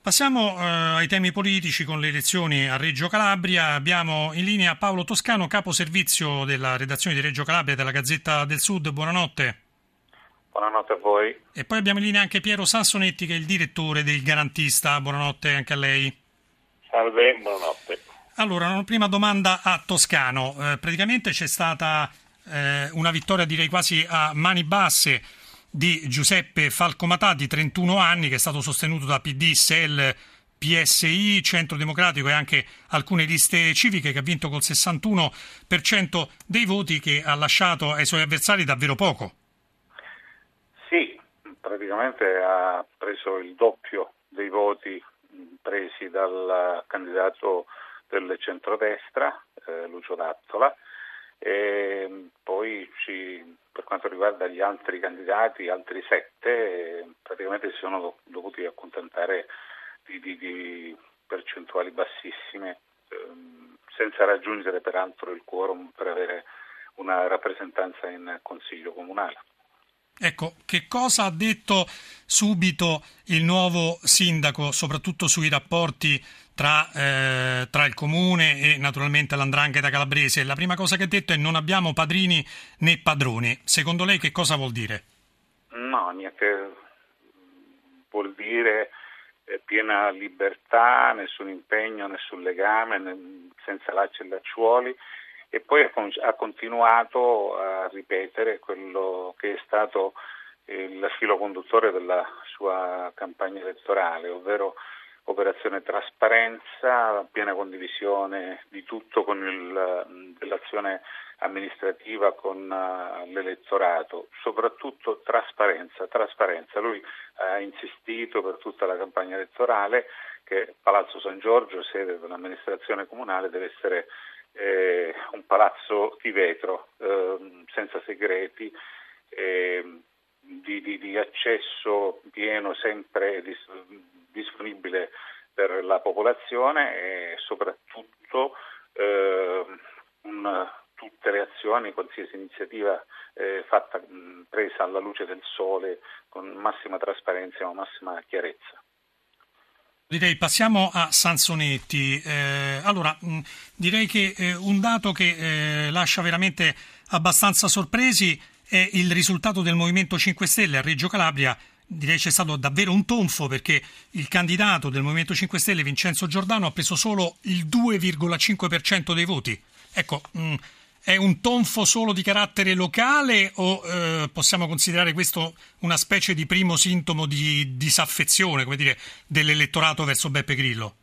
Passiamo ai temi politici con le elezioni a Reggio Calabria. Abbiamo in linea Paolo Toscano, capo servizio della redazione di Reggio Calabria della Gazzetta del Sud. Buonanotte. Buonanotte a voi. E poi abbiamo in linea anche Piero Sansonetti, che è il direttore del Garantista. Buonanotte anche a lei. Salve, buonanotte. Allora, una prima domanda a Toscano. Praticamente c'è stata una vittoria, direi quasi a mani basse, di Giuseppe Falcomatà, di 31 anni, che è stato sostenuto da PD, SEL, PSI, Centro Democratico e anche alcune liste civiche, che ha vinto col 61% dei voti, che ha lasciato ai suoi avversari davvero poco. Sì, praticamente ha preso il doppio dei voti presi dal candidato del centrodestra, Lucio D'Attola, e poi per quanto riguarda gli altri candidati, altri 7, praticamente si sono dovuti accontentare di percentuali bassissime, senza raggiungere peraltro il quorum per avere una rappresentanza in Consiglio Comunale. Ecco, che cosa ha detto subito il nuovo sindaco, soprattutto sui rapporti tra il comune e naturalmente l''ndrangheta calabrese? La prima cosa che ha detto è: non abbiamo padrini né padroni. Secondo lei che cosa vuol dire? No, niente, vuol dire piena libertà, nessun impegno, nessun legame, senza lacci e lacciuoli. E poi ha continuato a ripetere quello che è stato il filo conduttore della sua campagna elettorale, ovvero operazione trasparenza, piena condivisione di tutto dell'azione amministrativa con l'elettorato, soprattutto trasparenza. Lui ha insistito per tutta la campagna elettorale che Palazzo San Giorgio, sede dell'amministrazione comunale, deve essere un palazzo di vetro, senza segreti, di accesso pieno, sempre disponibile per la popolazione, e soprattutto tutte le azioni, qualsiasi iniziativa presa alla luce del sole, con massima trasparenza e massima chiarezza. Direi passiamo a Sansonetti. Allora, direi che un dato che lascia veramente abbastanza sorpresi è il risultato del Movimento 5 Stelle a Reggio Calabria. Direi c'è stato davvero un tonfo, perché il candidato del Movimento 5 Stelle, Vincenzo Giordano, ha preso solo il 2,5% dei voti. Ecco, è un tonfo solo di carattere locale o possiamo considerare questo una specie di primo sintomo di disaffezione, come dire, dell'elettorato verso Beppe Grillo?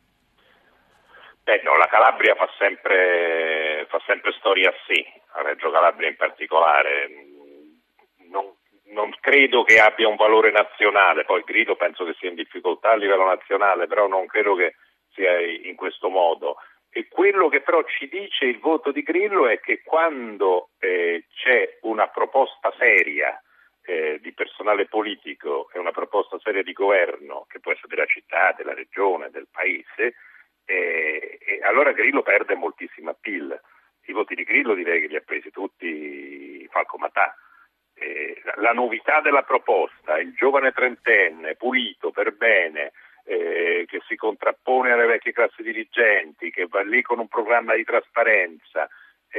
No, la Calabria fa sempre storia a sé, a Reggio Calabria in particolare. Non credo che abbia un valore nazionale, poi Grillo penso che sia in difficoltà a livello nazionale, però non credo che sia in questo modo. E quello che però ci dice il voto di Grillo è che quando c'è una proposta seria di personale politico e una proposta seria di governo, che può essere della città, della regione, del paese, allora Grillo perde moltissima appeal. I voti di Grillo direi che li ha presi tutti Falcomatà. La novità della proposta, il giovane trentenne, pulito, per bene, che si contrappone alle vecchie classi dirigenti, che va lì con un programma di trasparenza,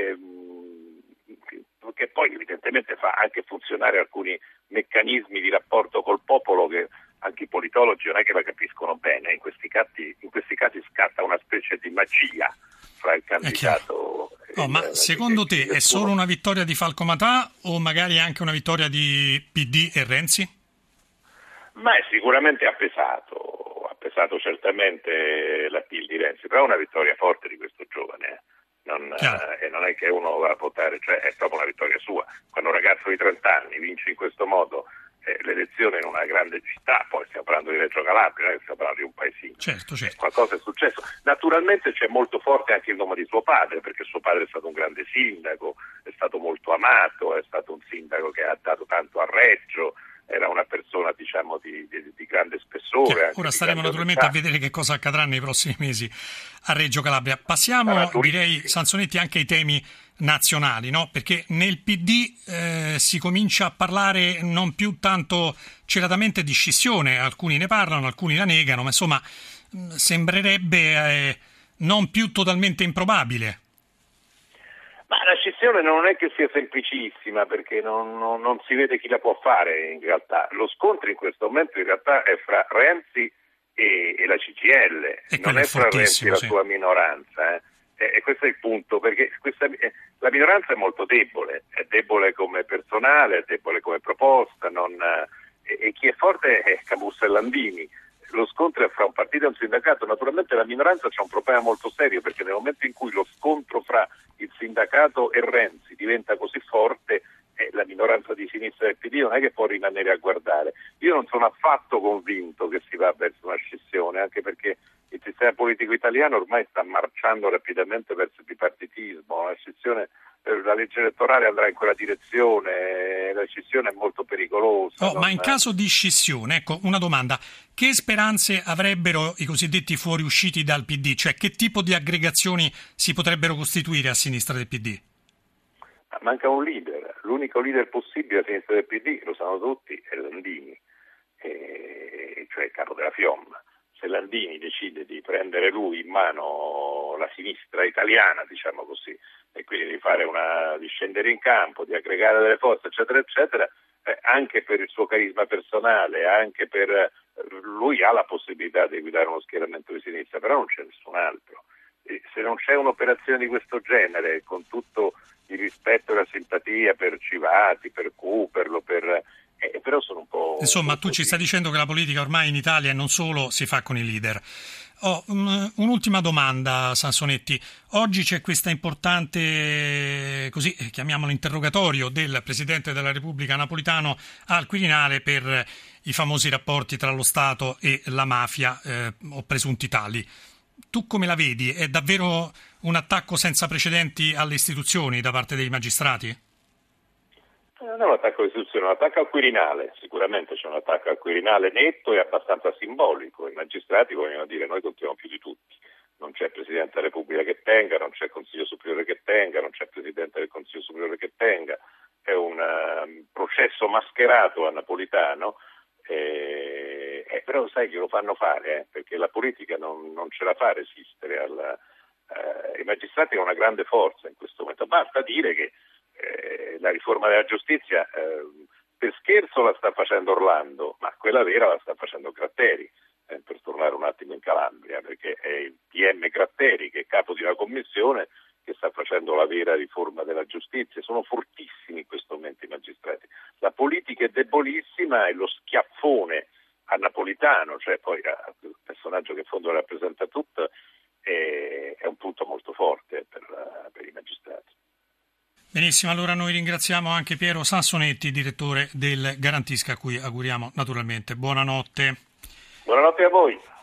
che poi evidentemente fa anche funzionare alcuni meccanismi di rapporto col popolo che anche i politologi non è che la capiscono bene. In questi casi scatta una specie di magia fra il candidato. Ma secondo te è solo una vittoria di Falcomatà o magari anche una vittoria di PD e Renzi? Ma sicuramente ha pesato certamente l'appeal di Renzi, però è una vittoria forte di questo giovane. E non è che uno va a votare, cioè è proprio una vittoria sua. Quando un ragazzo di 30 anni vince in questo modo l'elezione in una grande città, poi stiamo parlando di Reggio Calabria, non stiamo parlando di un paesino. Certo. Qualcosa è successo. Naturalmente c'è molto forte anche il nome di suo padre, perché suo padre è stato un grande sindaco, è stato molto amato, è stato un sindaco che ha dato tanto a Reggio, era una persona diciamo di grande spessore. Anche ora staremo naturalmente a vedere che cosa accadrà nei prossimi mesi a Reggio Calabria. Passiamo, direi, Sansonetti, anche ai temi nazionali, no? Perché nel PD si comincia a parlare non più tanto celatamente di scissione, alcuni ne parlano, alcuni la negano, ma insomma sembrerebbe non più totalmente improbabile. Ma la scissione non è che sia semplicissima, perché non si vede chi la può fare in realtà. Lo scontro in questo momento in realtà è fra Renzi e la CGIL, non è fra Renzi e la sua minoranza. E questo è il punto, perché la minoranza è molto debole, è debole come personale, è debole come proposta, e chi è forte è Camusso e Landini. Lo scontro è fra un partito e un sindacato. Naturalmente la minoranza c'è un problema molto serio, perché nel momento in cui lo scontro fra il sindacato e Renzi diventa così forte, la minoranza di sinistra del PD non è che può rimanere a guardare. Io non sono affatto convinto che si va verso una scissione, anche perché il sistema politico italiano ormai sta marciando rapidamente verso il bipartitismo. La scissione, la legge elettorale andrà in quella direzione, la scissione è molto pericolosa. Ma in caso di scissione, ecco, una domanda: che speranze avrebbero i cosiddetti fuoriusciti dal PD? Cioè, che tipo di aggregazioni si potrebbero costituire a sinistra del PD? Manca un leader. L'unico leader possibile a sinistra del PD, lo sanno tutti, è Landini, cioè il capo della FIOM. Se Landini decide di prendere lui in mano la sinistra italiana, diciamo così, e quindi di scendere in campo, di aggregare delle forze, eccetera, eccetera, anche per il suo carisma personale, anche per lui ha la possibilità di guidare uno schieramento di sinistra, però non c'è nessun altro. E se non c'è un'operazione di questo genere, con tutto il rispetto e la simpatia per Civati, per Cooperlo, però sono un po'... Insomma, tu ci stai dicendo che la politica ormai in Italia non solo si fa con i leader. Un'ultima domanda, Sansonetti. Oggi c'è questa importante, così chiamiamolo, interrogatorio del Presidente della Repubblica Napolitano al Quirinale per i famosi rapporti tra lo Stato e la mafia, o presunti tali. Tu come la vedi? È davvero un attacco senza precedenti alle istituzioni da parte dei magistrati? Non è un attacco all'istituzione, è un attacco al Quirinale. Sicuramente c'è un attacco al Quirinale netto e abbastanza simbolico. I magistrati vogliono dire: noi contiamo più di tutti. Non c'è Presidente della Repubblica che tenga, non c'è Consiglio Superiore che tenga, non c'è Presidente del Consiglio Superiore che tenga. È un processo mascherato a Napolitano, però sai che lo fanno fare, perché la politica non ce la fa resistere. I magistrati hanno una grande forza in questo momento. Basta dire che la riforma della giustizia per scherzo la sta facendo Orlando, ma quella vera la sta facendo Gratteri, per tornare un attimo in Calabria, perché è il PM Gratteri, che è capo di una commissione, che sta facendo la vera riforma della giustizia. Sono fortissimi in questo momento i magistrati. La politica è debolissima e lo schiaffone a Napolitano, cioè poi il personaggio che in fondo rappresenta tutto, è un punto molto forte per i magistrati. Benissimo, allora noi ringraziamo anche Piero Sansonetti, direttore del Garantisca, a cui auguriamo naturalmente buonanotte. Buonanotte a voi.